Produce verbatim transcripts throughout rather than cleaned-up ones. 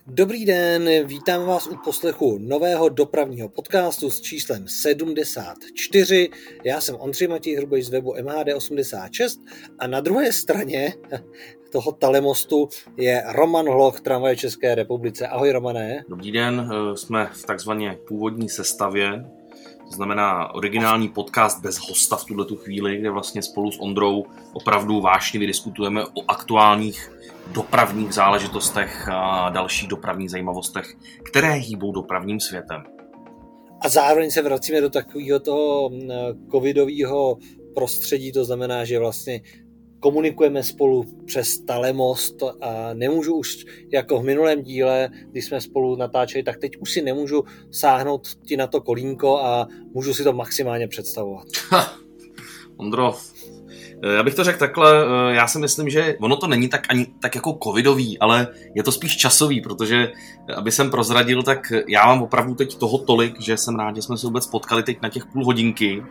Dobrý den, vítám vás u poslechu nového dopravního podcastu s číslem sedmdesát čtyři. Já jsem Ondřej Matěj Hrubej z webu M H D osmdesát šest a na druhé straně toho telemostu je Roman Hloch, Tramvaje České republice. Ahoj Romane. Dobrý den, jsme v takzvaně původní sestavě, to znamená originální podcast bez hosta v tuhletu chvíli, kde vlastně spolu s Ondrou opravdu vášnivě diskutujeme o aktuálních dopravních záležitostech a dalších dopravních zajímavostech, které hýbou dopravním světem. A zároveň se vracíme do takového toho covidového prostředí, to znamená, že vlastně komunikujeme spolu přes telemost a nemůžu už, jako v minulém díle, když jsme spolu natáčeli, tak teď už si nemůžu sáhnout ti na to kolínko a můžu si to maximálně představovat. Ha, Ondro, já bych to řekl takhle, já si myslím, že ono to není tak ani tak jako covidový, ale je to spíš časový, protože aby jsem prozradil, tak já mám opravdu teď toho tolik, že jsem rád, že jsme se vůbec potkali teď na těch půl hodinky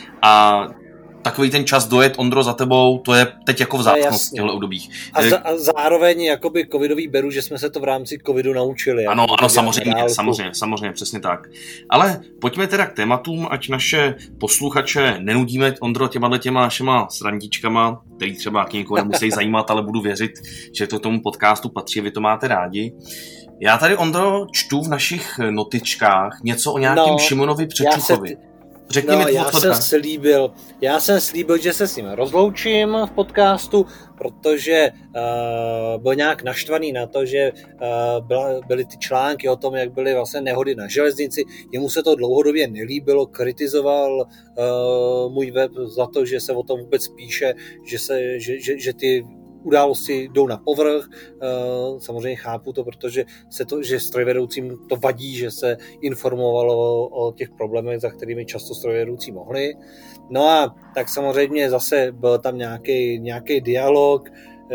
a takový ten čas dojet, Ondro, za tebou, to je teď jako vzácnost v těchto obdobích. A, za, a zároveň jakoby covidový beru, že jsme se to v rámci covidu naučili. Ano, ano, samozřejmě, samozřejmě, samozřejmě, přesně tak. Ale pojďme teda k tématům, ať naše posluchače nenudíme, Ondro, těma těma našima srandičkama, který třeba k někoho nemusí zajímat, ale budu věřit, že to tomu podcastu patří, vy to máte rádi. Já tady, Ondro, čtu v našich notičkách něco o nějakém no, Šimonovi Přečuchovi. Řekni no, mi já jsem slíbil, já jsem slíbil, že se s ním rozloučím v podcastu, protože uh, byl nějak naštvaný na to, že uh, byla, byly ty články o tom, jak byly vlastně nehody na železnici. Jemu se to dlouhodobě nelíbilo, kritizoval uh, můj web za to, že se o tom vůbec píše, že, se, že, že, že ty události jdou na povrch. Samozřejmě chápu to, protože se to, že strojvedoucím to vadí, že se informovalo o těch problémech, za kterými často strojvedoucí mohli. No a tak samozřejmě zase byl tam nějaký, nějaký dialog,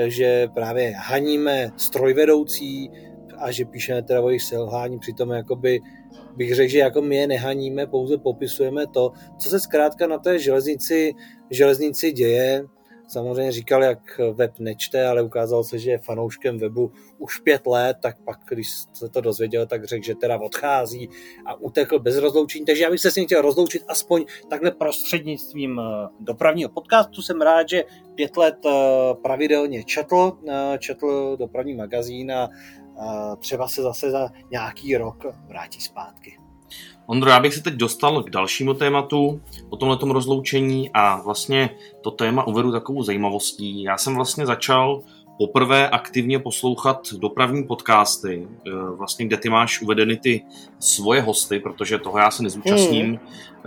že právě haníme strojvedoucí a že píšeme teda o jejich selhání, přitom jakoby bych řekl, že jako my je nehaníme, pouze popisujeme to, co se zkrátka na té železnici, železnici děje. Samozřejmě říkal, jak web nečte, ale ukázalo se, že je fanouškem webu už pět let, tak pak, když se to dozvěděl, tak řekl, že teda odchází a utekl bez rozloučení. Takže já bych se s ním chtěl rozloučit aspoň takhle prostřednictvím dopravního podcastu. Jsem rád, že pět let pravidelně četl, četl dopravní magazín a třeba se zase za nějaký rok vrátí zpátky. Ondro, já bych se teď dostal k dalšímu tématu o tomhletom rozloučení a vlastně to téma uvedu takovou zajímavostí. Já jsem vlastně začal poprvé aktivně poslouchat dopravní podcasty, vlastně kde ty máš uvedeny ty svoje hosty, protože toho já se nezúčastním, hmm.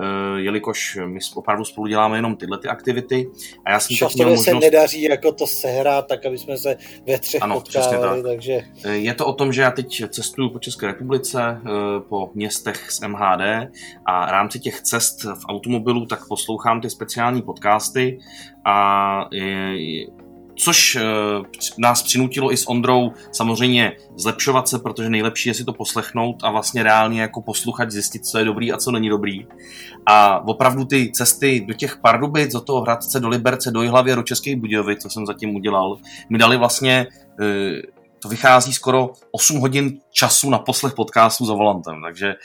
jelikož my opravdu spolu děláme jenom tyhle ty aktivity. A já jsem často možnost... se nedaří jako to sehrát, tak aby jsme se ve třech ano, potkávali. Takže... Je to o tom, že já teď cestuju po České republice, po městech z M H D a v rámci těch cest v automobilu tak poslouchám ty speciální podcasty a je, což e, nás přinutilo i s Ondrou samozřejmě zlepšovat se, protože nejlepší je si to poslechnout a vlastně reálně jako posluchač zjistit, co je dobrý a co není dobrý. A opravdu ty cesty do těch Pardubic, do toho Hradce, do Liberce, do Jihlavy, do Českých Budějovic, co jsem zatím udělal, mi dali vlastně, e, to vychází skoro osm hodin času na poslech podcastu za volantem, takže e,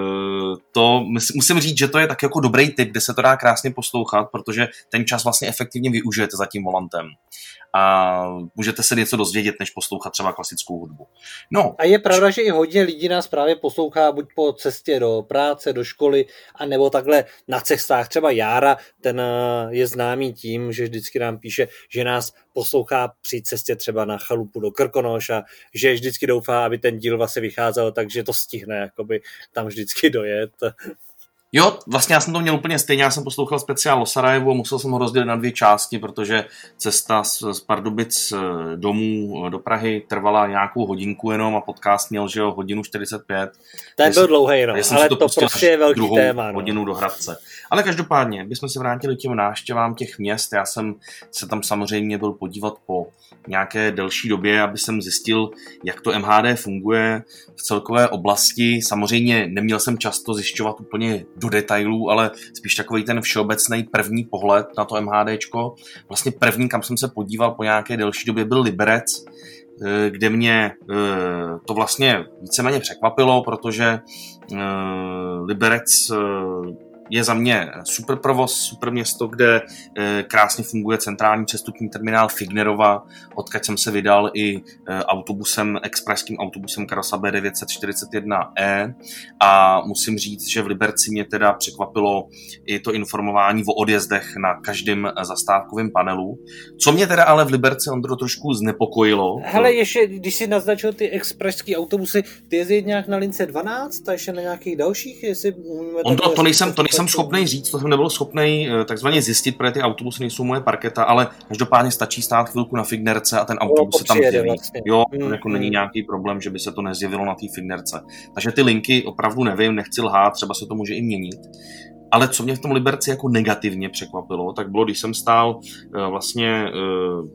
to musím říct, že to je tak jako dobrý tip, kde se to dá krásně poslouchat, protože ten čas vlastně efektivně využijete za tím volantem. A můžete se něco dozvědět, než poslouchat třeba klasickou hudbu. No. A je pravda, že i hodně lidí nás právě poslouchá buď po cestě do práce, do školy, a nebo takhle na cestách. Třeba Jára, ten je známý tím, že vždycky nám píše, že nás poslouchá při cestě třeba na chalupu do Krkonoš a že vždycky doufá, aby ten díl vlastně vycházel, takže to stihne jakoby tam vždycky dojet. Jo, vlastně já jsem to měl úplně stejně, já jsem poslouchal speciál o Sarajevu a musel jsem ho rozdělit na dvě části, protože cesta z, z Pardubic domů do Prahy trvala nějakou hodinku jenom a podcast měl, že jo, hodinu čtyřicet pět. Ten byl dlouhý, no, ale to, to prostě je velký téma. No. Hodinu do Hradce. Ale každopádně, bychom se vrátili k těm návštěvám těch měst, já jsem se tam samozřejmě byl podívat po nějaké delší době, aby jsem zjistil, jak to M H D funguje v celkové oblasti. Samozřejmě neměl jsem často zjišťovat úplně do detailů, ale spíš takový ten všeobecný první pohled na to MHDčko. Vlastně první, kam jsem se podíval po nějaké delší době, byl Liberec, kde mě to vlastně víceméně překvapilo, protože Liberec je za mě super provoz, super město, kde krásně funguje centrální přestupní terminál Fignerova, odkud jsem se vydal i autobusem, expresským autobusem Karasa B devět set čtyřicet jedna E a musím říct, že v Liberci mě teda překvapilo i to informování o odjezdech na každém zastávkovém panelu. Co mě teda ale v Liberci, Ondro, trošku znepokojilo. Hele, ještě, když si naznačil ty expresský autobusy, ty jezdí nějak na lince dvanáct a ještě na nějakých dalších, jestli... Ondro, to nejsem, to nejsem schopný říct, to jsem nebyl schopný takzvaně zjistit, protože ty autobusy nejsou moje parketa, ale každopádně stačí stát chvilku na Fignerce a ten autobus se tam zjeví. Vlastně. Jo, mm, jako mm. není nějaký problém, že by se to nezjevilo na té Fignerce. Takže ty linky opravdu nevím, nechci lhát, třeba se to může i měnit. Ale co mě v tom Liberci jako negativně překvapilo, tak bylo, když jsem stál uh, vlastně uh,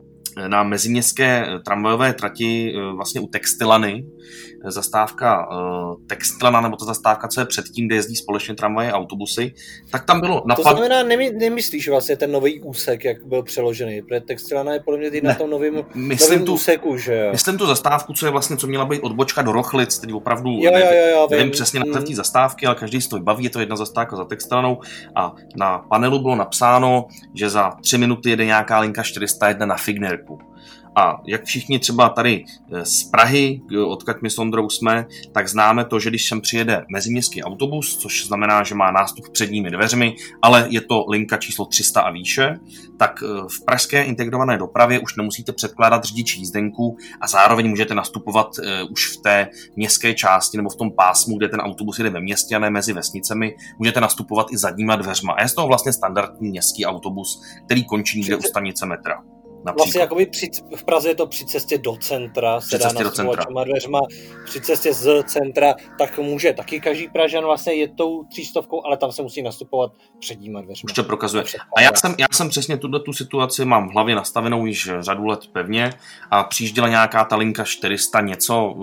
na meziměstské tramvajové trati vlastně u Textilany, zastávka Textilana, nebo ta zastávka, co je předtím, kde jezdí společně tramvaje a autobusy, tak tam bylo napad... To znamená, nemy, nemyslíš vlastně ten nový úsek, jak byl přeložený, protože Textilana je podle mě teď na tom novým, novým tu, úseku, že jo? Myslím tu zastávku, co je vlastně, co měla být odbočka do Rochlic, tedy opravdu jo, jo, jo, jo, nevím přesně na té zastávky, ale každý si to vybaví, je to jedna zastávka za Textilanou a na panelu bylo napsáno, že za tři minuty jede nějaká linka čtyři sta jedna na Fignerku. A jak všichni třeba tady z Prahy, odkud my s Ondrou jsme, tak známe to, že když sem přijede meziměstský autobus, což znamená, že má nástup předními dveřmi, ale je to linka číslo tři sta a výše, tak v pražské integrované dopravě už nemusíte předkládat řidič jízdenku a zároveň můžete nastupovat už v té městské části nebo v tom pásmu, kde ten autobus jede ve městě a ne mezi vesnicemi, můžete nastupovat i zadníma dveřma. A je z toho vlastně standardní městský autobus, který končí někde u stanice metra. Například. Vlastně jakoby při, v Praze je to při cestě do centra, se dá nastupovat těma dveřma, při cestě z centra, tak může taky každý Pražan vlastně jet tou třístovkou, ale tam se musí nastupovat předníma dveřma. Už to prokazuje. A já jsem, já jsem přesně tuto tu situaci mám v hlavě nastavenou již řadu let pevně a přijížděla nějaká ta linka čtyři sta něco,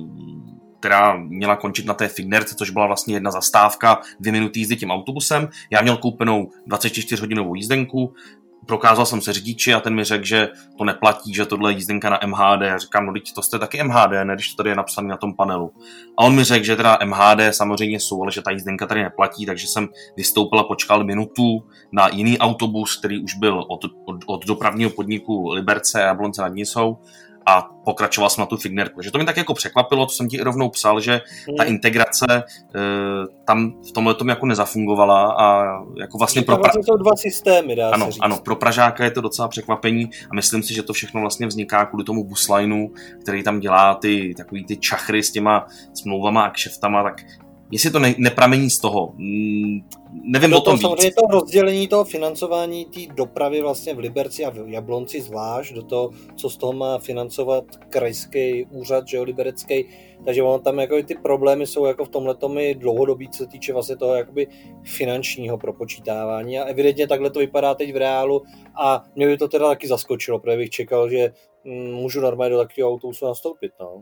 která měla končit na té Fignerce, což byla vlastně jedna zastávka, dvě minuty jízdy tím autobusem. Já měl koupenou dvacetičtyřhodinovou jízdenku, prokázal jsem se řidiči a ten mi řekl, že to neplatí, že tohle je jízdenka na M H D. Já říkám, no teď to jste taky M H D, ne, když to tady je napsané na tom panelu. A on mi řekl, že teda M H D samozřejmě jsou, ale že ta jízdenka tady neplatí, takže jsem vystoupil a počkal minutu na jiný autobus, který už byl od, od, od dopravního podniku Liberce a Jablonce nad Nisou a pokračoval jsem na tu Fignerku. Že to mi tak jako překvapilo, to jsem ti rovnou psal, že ta integrace e, tam v tomhle tom jako nezafungovala a jako vlastně pro... Vlastně jsou dva systémy, dá ano, se říct. Ano, pro Pražáka je to docela překvapení a myslím si, že to všechno vlastně vzniká kvůli tomu buslineu, který tam dělá ty takový ty čachry s těma smlouvama a kšeftama, tak jestli to ne, nepramení z toho, mm, nevím o tom víc. Samozřejmě to rozdělení toho financování té dopravy vlastně v Liberci a v Jablonci zvlášť, do toho, co z toho má financovat krajský úřad, že jo, liberecký, takže on tam jako ty problémy jsou jako v tomhletom i dlouhodobí, co se týče vlastně toho jakoby finančního propočítávání a evidentně takhle to vypadá teď v reálu a mě by to teda taky zaskočilo, protože bych čekal, že mm, můžu normálně do takového autobusu nastoupit, no.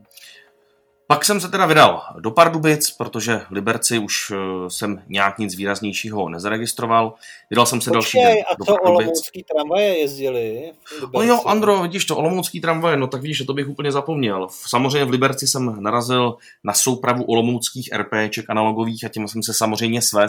Pak jsem se teda vydal do Pardubic, protože v Liberci už jsem nějak nic výraznějšího nezaregistroval. Vydal jsem se Počkej, další den do Pardubic. A co olomoucký tramvaje jezdili? No jo, Andro, vidíš to, olomoucký tramvaje, no tak vidíš, že to bych úplně zapomněl. Samozřejmě v Liberci jsem narazil na soupravu olomouckých RPček analogových a tím jsem se samozřejmě svez.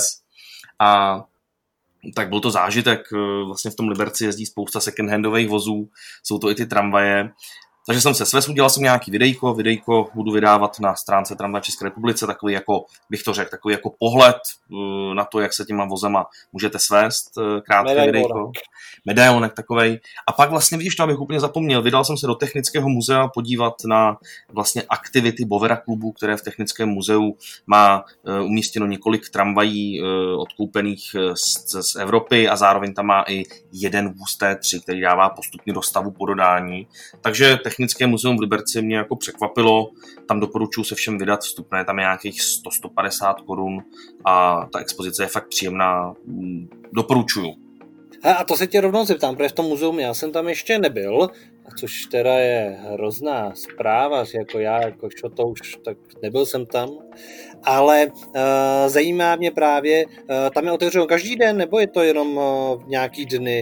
A tak byl to zážitek, vlastně v tom Liberci jezdí spousta second-handových vozů, jsou to i ty tramvaje. Takže jsem se svez, udělal jsem nějaký videjko, videjko budu vydávat na stránce Tramvaj České republice, takový jako, bych to řekl, takový jako pohled na to, jak se těma vozema můžete svést, krátké Medailonek. videjko. Medailonek takovej. A pak vlastně, vidíš, to abych úplně zapomněl, vydal jsem se do Technického muzea podívat na vlastně aktivity Bovera klubu, které v Technickém muzeu má umístěno několik tramvají odkoupených z, z Evropy a zároveň tam má i jeden vůz T tři, který dává postupně do stavu po dodání. Takže Technické muzeum v Liberci mě jako překvapilo, tam doporučuji se všem vydat vstupné, tam je nějakých sto až sto padesát korun a ta expozice je fakt příjemná, doporučuju. A to se tě rovnou zeptám, protože v tom muzeu já jsem tam ještě nebyl, což teda je hrozná zpráva, jako já, jako šotouš, tak nebyl jsem tam, ale uh, zajímá mě právě, uh, tam je otevřeno každý den, nebo je to jenom uh, nějaký dny?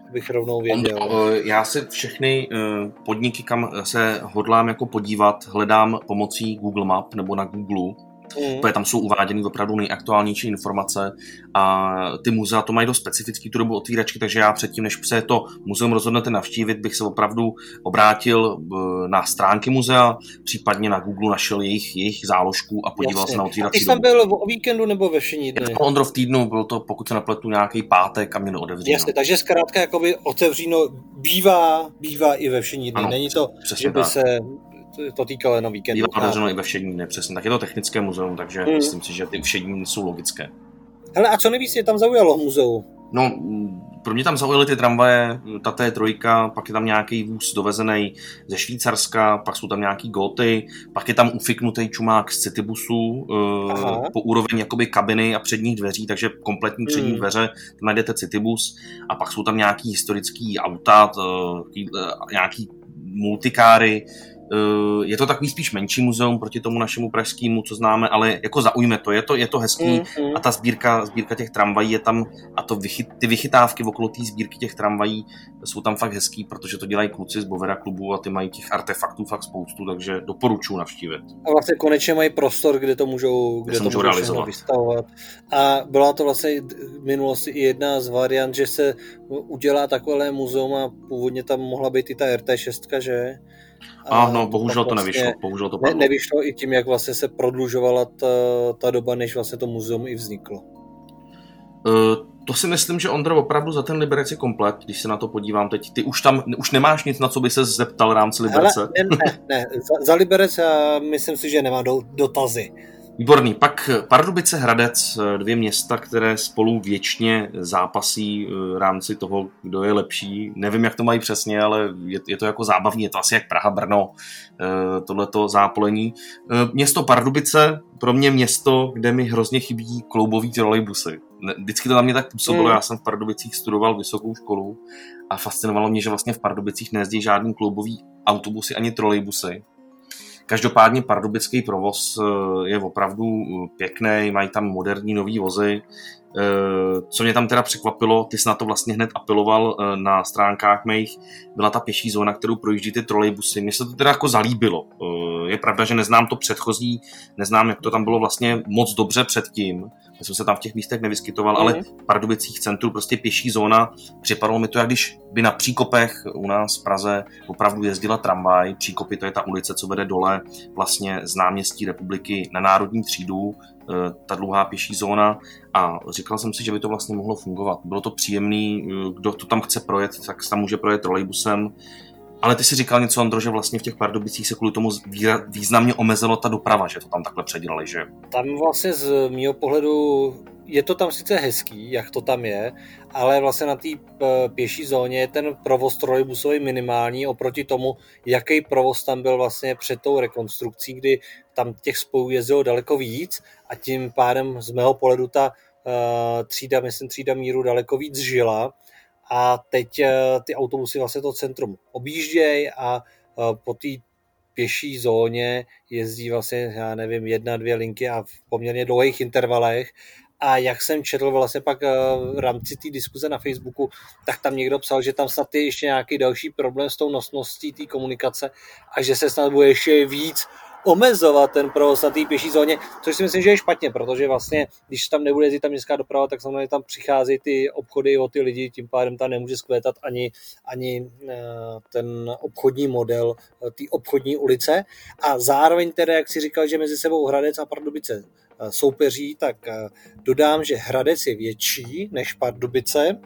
abych rovnou věděl. On, já si všechny podniky, kam se hodlám jako podívat, hledám pomocí Google Map nebo na Google. Mm. Protože tam jsou uváděny opravdu nejaktuálnější informace a ty muzea to mají dost specifický tu dobu otvíračky, takže já předtím, než se to muzeum rozhodnete navštívit, bych se opravdu obrátil na stránky muzea, případně na Google našel jejich, jejich záložku a podíval Jasně. se na otvírací dobu. A ty jsi tam byl o víkendu nebo ve všední dny? Je to Ondro v týdnu, byl to, pokud se nepletu, nějaký pátek a měli otevřeno. Jasně, takže zkrátka jakoby otevříno bývá, bývá i ve všední dny. Ano, Není to, že by tak. se... to týkalo jenom víkendu. Bývá otevřeno i ve všední dny, přesně. Tak je to technické muzeum, takže hmm. myslím si, že ty všední dny jsou logické. Hele, a co nejvíc je tam zaujalo v muzeu? No, pro mě tam zaujaly ty tramvaje, ta T tři, pak je tam nějaký vůz dovezený ze Švýcarska, pak jsou tam nějaký góty, pak je tam ufiknutý čumák z Citybusu, Aha. po úroveň jakoby kabiny a předních dveří, takže kompletní přední hmm. dveře, tam najdete Citybus a pak jsou tam nějaký historický auta, nějaký multikáry. Je to takový spíš menší muzeum proti tomu našemu pražskému, co známe, ale jako zaujme to, je to, je to hezký mm-hmm. a ta sbírka, sbírka těch tramvají je tam a to vychyt, ty vychytávky okolo té sbírky těch tramvají jsou tam fakt hezký, protože to dělají kluci z Bovera klubu a ty mají těch artefaktů fakt spoustu, takže doporučuji navštívit. A vlastně konečně mají prostor, kde to můžou, kde to můžou realizovat. Vystavovat. A byla to vlastně v minulosti i jedna z variant, že se udělá takové muzeum a původně tam mohla být i ta R T šest, že? A no, bohužel to vlastně nevyšlo. Bohužel to ne, nevyšlo i tím, jak vlastně se prodlužovala ta, ta doba, než vlastně to muzeum i vzniklo. Uh, to si myslím, že Ondro opravdu za ten Liberec je komplet, když se na to podívám teď. Ty už tam už nemáš nic, na co by se zeptal v rámci Liberce. Ale ne, ne, ne. Za, za Liberec já myslím si, že nemá do, dotazy. Výborný. Pak Pardubice, Hradec, dvě města, které spolu věčně zápasí v rámci toho, kdo je lepší. Nevím, jak to mají přesně, ale je, je to jako zábavní. Je to asi jak Praha, Brno, tohleto zápolení. Město Pardubice, pro mě město, kde mi hrozně chybí kloubový trolejbusy. Vždycky to na mě tak působilo. Já jsem v Pardubicích studoval vysokou školu a fascinovalo mě, že vlastně v Pardubicích nejezdí žádný kloubový autobusy ani trolejbusy. Každopádně pardubický provoz je opravdu pěkný, mají tam moderní nový vozy. Co mě tam teda překvapilo, ty jsi na to vlastně hned apeloval na stránkách mých, byla ta pěší zóna, kterou projíždí ty trolejbusy. Mně se to teda jako zalíbilo. Je pravda, že neznám to předchozí, neznám, jak to tam bylo vlastně moc dobře předtím. Já jsem se tam v těch místech nevyskytoval, mm. ale v Pardubicích centru prostě pěší zóna. Připadalo mi to, jak když by na Příkopech u nás v Praze opravdu jezdila tramvaj. Příkopy, to je ta ulice, co vede dole vlastně z náměstí Republiky na Národní třídu, ta dlouhá pěší zóna, a říkal jsem si, že by to vlastně mohlo fungovat. Bylo to příjemný, kdo to tam chce projet, tak tam může projet trolejbusem. Ale ty si říkal něco, Ondro, že vlastně v těch Pardubicích se kvůli tomu významně omezilo ta doprava, že to tam takhle předělali, že? Tam vlastně z mýho pohledu je to tam sice hezký, jak to tam je, ale vlastně na té pěší zóně je ten provoz trolejbusový minimální oproti tomu, jaký provoz tam byl vlastně před tou rekonstrukcí, kdy tam těch spojů jezdilo daleko víc a tím pádem z mého pohledu ta uh, třída, myslím třída míru daleko víc žila. A teď ty autobusy vlastně to centrum objíždějí a po té pěší zóně jezdí vlastně, já nevím, jedna, dvě linky a v poměrně dlouhých intervalech. A jak jsem četl vlastně pak v rámci té diskuze na Facebooku, tak tam někdo psal, že tam snad je ještě nějaký další problém s tou nosností té komunikace a že se snad bude ještě víc omezovat ten provoz na té pěší zóně, což si myslím, že je špatně, protože vlastně, když tam nebude jezdit ta městská doprava, tak samozřejmě tam přicházejí ty obchody o ty lidi, tím pádem tam nemůže skvétat ani, ani ten obchodní model, ty obchodní ulice. A zároveň teda, jak si říkal, že mezi sebou Hradec a Pardubice soupeří, tak dodám, že Hradec je větší než Pardubice.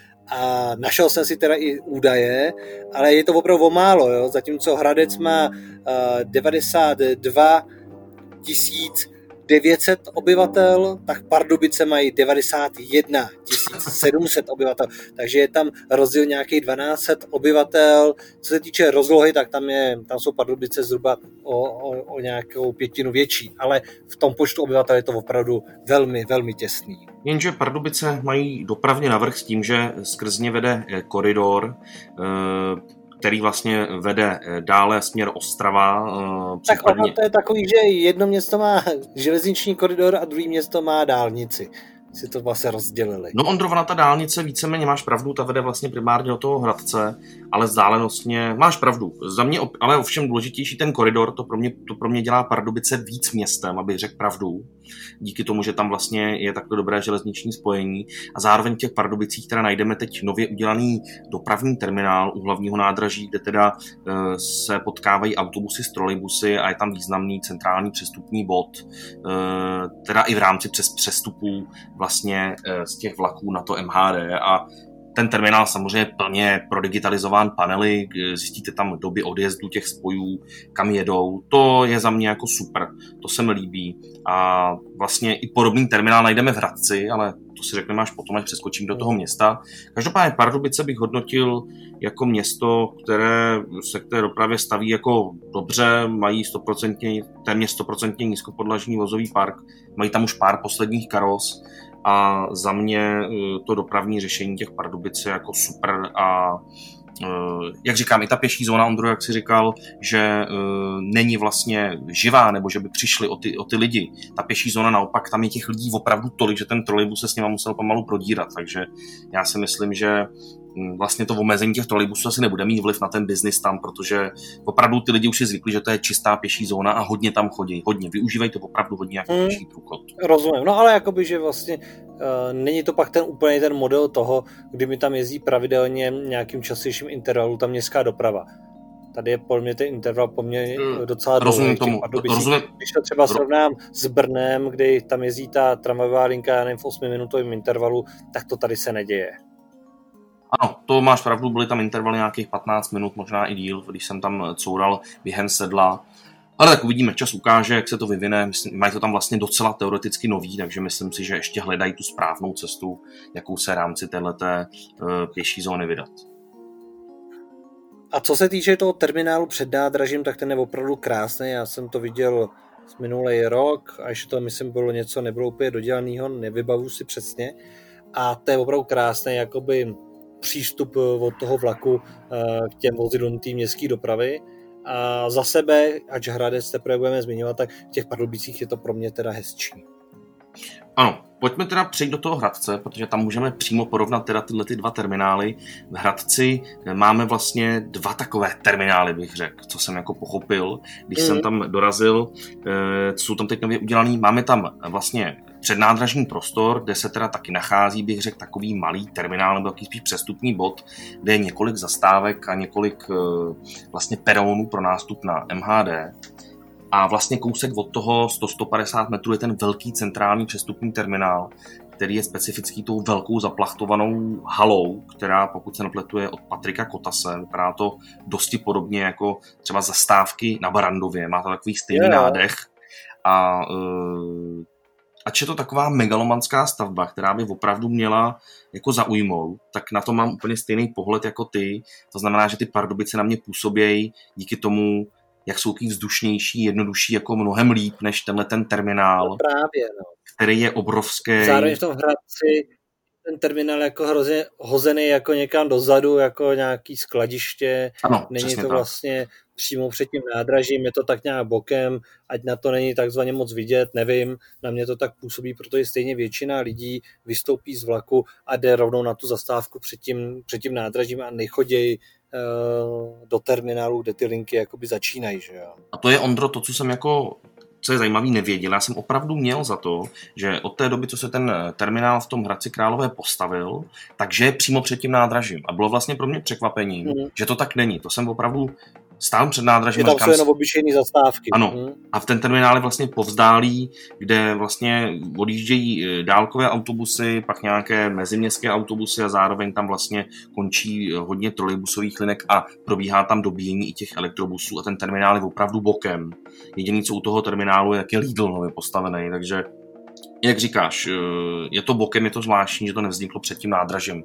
A našel jsem si teda i údaje, ale je to opravdu o málo, jo? Zatímco Hradec má uh, devadesát dva tisíc devět set obyvatel, tak Pardubice mají devadesát jedna tisíc sedm set obyvatel, takže je tam rozdíl nějakých dvanáct set obyvatel. Co se týče rozlohy, tak tam, je, tam jsou Pardubice zhruba o, o, o nějakou pětinu větší, ale v tom počtu obyvatel je to opravdu velmi, velmi těsný. Jenže Pardubice mají dopravně navrch s tím, že skrz ně vede koridor, který vlastně vede dále směr Ostrava. Tak případně... ono to je takový, že jedno město má železniční koridor a druhé město má dálnici. si to vlastně rozdělili. No Ondrova, na ta dálnice víceméně máš pravdu, ta vede vlastně primárně do toho Hradce, ale vzdálenostně máš pravdu. Za mě, ale ovšem důležitější ten koridor, to pro mě, to pro mě dělá Pardubice víc městem, abych řekl pravdu. Díky tomu, že tam vlastně je takto dobré železniční spojení a zároveň v těch Pardubicích teda najdeme teď nově udělaný dopravní terminál u hlavního nádraží, kde teda e, se potkávají autobusy s trolejbusy a je tam významný centrální přestupní bod, e, teda i v rámci přes přestupů vlastně e, z těch vlaků na to M H D a ten terminál samozřejmě plně prodigitalizován panely, zjistíte tam doby odjezdu těch spojů, kam jedou. To je za mě jako super, to se mi líbí. A vlastně i podobný terminál najdeme v Hradci, ale to si řekneme až potom, až přeskočím do toho města. Každopádně Pardubice bych hodnotil jako město, které se k té dopravě staví jako dobře, mají sto procent, téměř sto procent nízkopodlažní vozový park, mají tam už pár posledních karos, a za mě to dopravní řešení těch Pardubic je jako super a jak říkám, i ta pěší zóna, Ondro, jak jsi říkal, že není vlastně živá, nebo že by přišli o ty, o ty lidi. Ta pěší zóna naopak, tam je těch lidí opravdu tolik, že ten trolejbus se s nima musel pomalu prodírat, takže já si myslím, že vlastně to omezení těch trolejbusů asi nebude mít vliv na ten biznis tam, protože opravdu ty lidi už si zvykli, že to je čistá pěší zóna a hodně tam chodí, hodně, využívají to opravdu hodně jako pěší hmm, průchod. Rozumím, no ale jakoby, že vlastně uh, není to pak ten úplně ten model toho, kdy mi tam jezdí pravidelně nějakým častějším intervalu ta městská doprava. Tady je podle mě ten interval poměrně docela dlouhý. Když to třeba srovnám s Brnem, kdy tam jezdí ta tramvajová linka, já nevím, v osmiminutovém intervalu, tak to tady se neděje. Ano, to máš pravdu, byly tam intervaly nějakých patnáct minut, možná i díl, když jsem tam coural během sedla. Ale tak uvidíme, čas ukáže, jak se to vyvine. Mají to tam vlastně docela teoreticky nový, takže myslím si, že ještě hledají tu správnou cestu, jakou se v rámci téhleté uh, pěší zóny vydat. A co se týče toho terminálu před nádražím, tak ten je opravdu krásný. Já jsem to viděl z minulý rok a ještě to, myslím, bylo něco, nebylo úplně dodělaného, nevybavu si přesně. A to je opravdu krásný, jakoby přístup od toho vlaku k těm vozidlům té městské dopravy. A za sebe, ač Hradec teprve budeme zmiňovat, tak v těch Pardubicích je to pro mě teda hezčí. Ano, pojďme teda přejít do toho Hradce, protože tam můžeme přímo porovnat teda tyhle ty dva terminály. V Hradci máme vlastně dva takové terminály, bych řekl, co jsem jako pochopil, když mm. jsem tam dorazil, co jsou tam teď nově udělaný. Máme tam vlastně přednádražní prostor, kde se teda taky nachází, bych řekl, takový malý terminál nebo takový spíš přestupní bod, kde je několik zastávek a několik vlastně peronů pro nástup na M H D. A vlastně kousek od toho sto až sto padesát metrů je ten velký centrální přestupní terminál, který je specifický tou velkou zaplachtovanou halou, která, pokud se nepletu, je od Patrika Kotase. Vypadá to dosti podobně jako třeba zastávky na Barandově. Má to takový stejný yeah. nádech. A uh, ač je to taková megalomanská stavba, která by opravdu měla jako zaujmout, tak na to mám úplně stejný pohled jako ty. To znamená, že ty Pardubice na mě působějí díky tomu, jak jsou takový vzdušnější, jednodušší, jako mnohem líp než tenhle ten terminál, no právě, no. který je obrovský. Zároveň v tom Hradci ten terminál jako hrozně hozený jako někam dozadu, jako nějaký skladiště. Ano, není to tak. vlastně přímo před tím nádražím, je to tak nějak bokem, ať na to není takzvaně moc vidět, nevím, na mě to tak působí, protože stejně většina lidí vystoupí z vlaku a jde rovnou na tu zastávku před tím, před tím nádražím a nechodějí do terminálu, kde ty linky jakoby začínají, že jo. A to je, Ondro, to, co jsem jako, co je zajímavý, nevěděl. Já jsem opravdu měl za to, že od té doby, co se ten terminál v tom Hradci Králové postavil, takže je přímo před tím nádražím. A bylo vlastně pro mě překvapením, mm. že to tak není. To jsem opravdu stál před nádražím. Tam jsou jenom obyčejný zastávky. Ano. Hmm. A v ten terminál je vlastně povzdálí, kde vlastně odjíždějí dálkové autobusy, pak nějaké meziměstské autobusy a zároveň tam vlastně končí hodně trolejbusových linek a probíhá tam dobíjení i těch elektrobusů a ten terminál je opravdu bokem. Jediný, co u toho terminálu je, jak je Lidl nově postavený, takže jak říkáš, je to bokem, je to zvláštní, že to nevzniklo před tím nádražím.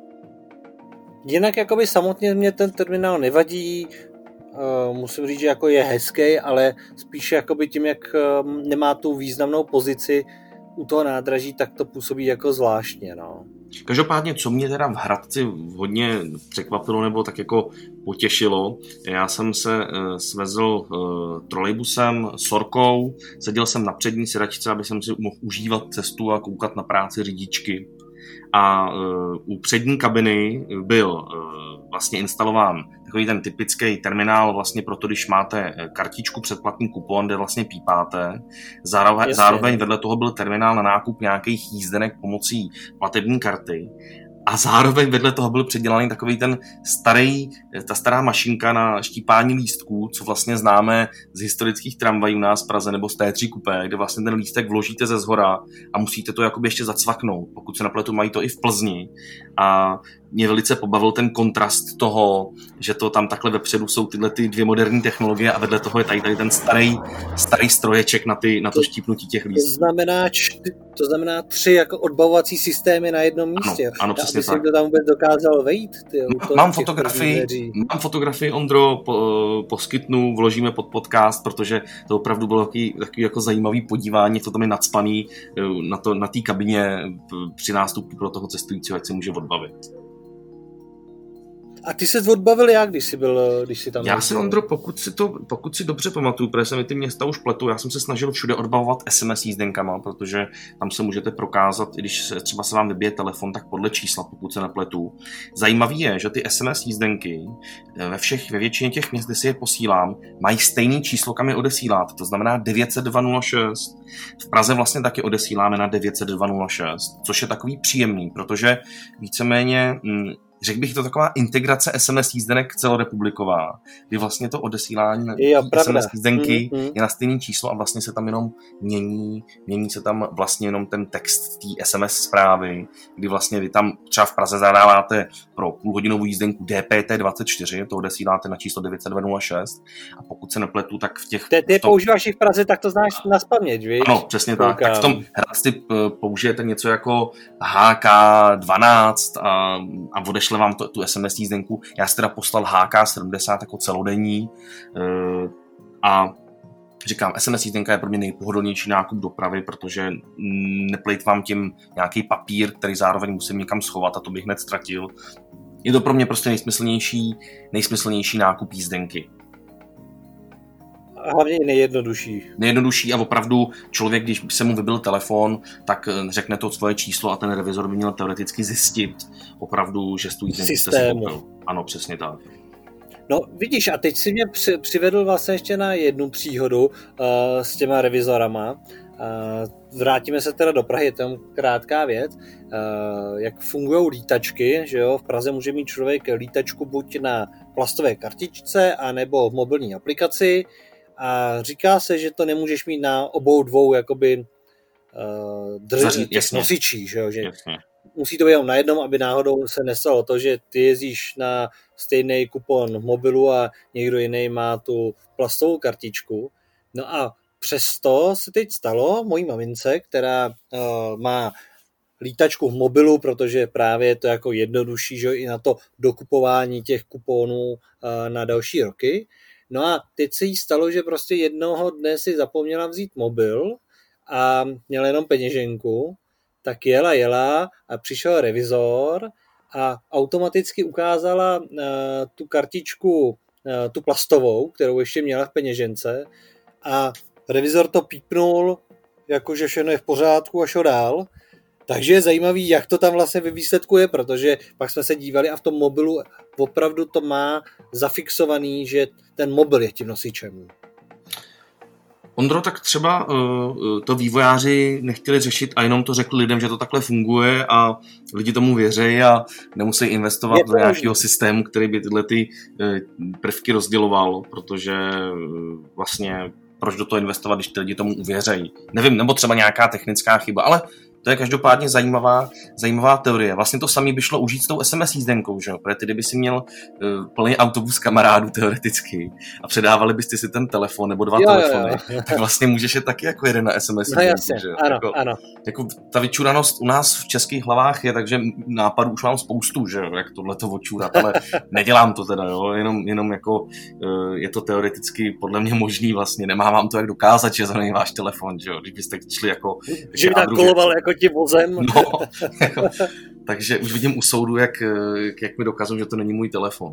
Jinak jakoby samotně mě ten terminál nevadí. Uh, musím říct, že jako je hezký, ale spíše jakoby tím, jak uh, nemá tu významnou pozici u toho nádraží, tak to působí jako zvláštně, no. Každopádně, co mě teda v Hradci hodně překvapilo nebo tak jako potěšilo, já jsem se uh, svezl uh, trolejbusem, sorkou, seděl jsem na přední sedačce, aby jsem si mohl užívat cestu a koukat na práci řidičky. A uh, u přední kabiny byl uh, vlastně instalován takový ten typický terminál vlastně proto, když máte kartičku, předplatný kupon, kde vlastně pípáte. Zároveň, zároveň vedle toho byl terminál na nákup nějakých jízdenek pomocí platební karty. A zároveň vedle toho byl předělaný takový ten starý, ta stará mašinka na štípání lístků, co vlastně známe z historických tramvají u nás v Praze nebo z té tři kupé, kde vlastně ten lístek vložíte ze zhora a musíte to jakoby ještě zacvaknout. Pokud se napletu, mají to i v Plzni. A mě velice pobavil ten kontrast toho, že to tam takhle vepředu jsou tyhle ty dvě moderní technologie a vedle toho je tady, tady ten starý, starý stroječek na, ty, na to štípnutí těch lístků. To znamená, to znamená tři jako odbavovací systémy na jednom místě. Ano, ano, přesně tak. Kdo tam vůbec dokázal vejít? Ty, to, mám, fotografii, mám fotografii, Ondro, po, poskytnu, vložíme pod podcast, protože to opravdu bylo takový, takový jako zajímavý podívání, to tam je nacpaný na, to, na té kabině při nástupu pro toho cestujícího, ať se může odbavit. A ty se odbavil jak, když jsi byl, když jsi tam... Já si, Ondro, pokud si, to, pokud si dobře pamatuju, protože se mi ty města už pletu, já jsem se snažil všude odbavovat es em es jízdenkama, protože tam se můžete prokázat, i když se, třeba se vám vybije telefon, tak podle čísla, pokud se nepletu. Zajímavý je, že ty es em es jízdenky ve všech, ve většině těch měst, kde si je posílám, mají stejný číslo, kam je odesíláte, to znamená devět set dva nula šest. V Praze vlastně taky odesíláme na devět set dva nula šest, což je takový příjemný, protože víceméně... Hm, řekl bych, to taková integrace es em es jízdenek celorepubliková, kdy vlastně to odesílání es em es jízdenky mm, mm. je na stejné číslo a vlastně se tam jenom mění, mění se tam vlastně jenom ten text té es em es zprávy, kdy vlastně vy tam třeba v Praze zadáváte pro půlhodinovou jízdenku D P T dvacet čtyři, to odesíláte na číslo devět set dva nula šest a pokud se nepletu, tak v těch... Ty, ty v tom... používáš i v Praze, tak to znáš naspaměť, víš? Ano, přesně tak. Tak v tom Hradci použijete něco jako H K dvanáct a, a odeš vám to, tu es em es jízdenku. Já si teda poslal H K sedmdesát jako celodenní a říkám, es em es jízdenka je pro mě nejpohodlnější nákup dopravy, protože neplejtvám tím nějaký papír, který zároveň musím někam schovat a to bych hned ztratil. Je to pro mě prostě nejsmyslnější, nejsmyslnější nákup jízdenky. A hlavně i nejjednodušší. Nejjednodušší a opravdu člověk, když se mu vybil telefon, tak řekne to svoje číslo a ten revizor by měl teoreticky zjistit opravdu, že stojí ten systému. Ano, přesně tak. No vidíš, a teď si mě při, přivedl vlastně ještě na jednu příhodu uh, s těma revizorama. Uh, vrátíme se teda do Prahy, je to krátká věc. Uh, jak fungují lítačky, že jo? V Praze může mít člověk lítačku buď na plastové kartičce, anebo v mobilní aplikaci. A říká se, že to nemůžeš mít na obou dvou jakoby uh, drž- těch nosičích, že, že musí to být jenom na jednom, aby náhodou se nestalo to, že ty jezdíš na stejný kupon v mobilu a někdo jiný má tu plastovou kartičku. No a přesto se teď stalo mojí mamince, která uh, má lítačku v mobilu, protože právě je to jako jednodušší, že i na to dokupování těch kuponů uh, na další roky. No a teď se jí stalo, že prostě jednoho dne si zapomněla vzít mobil a měla jenom peněženku, tak jela, jela a přišel revizor a automaticky ukázala uh, tu kartičku, uh, tu plastovou, kterou ještě měla v peněžence a revizor to pípnul, jakože všechno je v pořádku a šel dál. Takže je zajímavý, jak to tam vlastně ve výsledku je, protože pak jsme se dívali a v tom mobilu opravdu to má zafixovaný, že ten mobil je tím nosičem. Ondro, tak třeba uh, to vývojáři nechtěli řešit a jenom to řekli lidem, že to takhle funguje a lidi tomu věří a nemusí investovat do nějakého systému, který by tyhle ty uh, prvky rozděloval, protože uh, vlastně proč do toho investovat, když ty lidi tomu uvěřejí. Nevím, nebo třeba nějaká technická chyba, ale to je každopádně zajímavá, zajímavá teorie. Vlastně to samé by šlo užít s tou es em es jízdenkou, že jo? Protože ty, kdyby si měl uh, plný autobus kamarádů teoreticky a předávali byste si ten telefon nebo dva jo, telefony, jo, jo. tak vlastně můžeš je taky jako jeden na es em es no, jízdenku, že jo? Ano, jako, ano. Jako ta vyčuranost u nás v českých hlavách je, takže nápadů už mám spoustu, že jo? Jak tohleto odčurat, ale nedělám to teda, jo? Jenom, jenom jako uh, je to teoreticky podle mě možný vlastně, nemám vám to jak dokázat, že za něj váš telefon, že jo? Když byste šli jako... Že by tak koloval jako tím vozem. No, jako, takže už vidím u soudu, jak, jak mi dokazují, že to není můj telefon.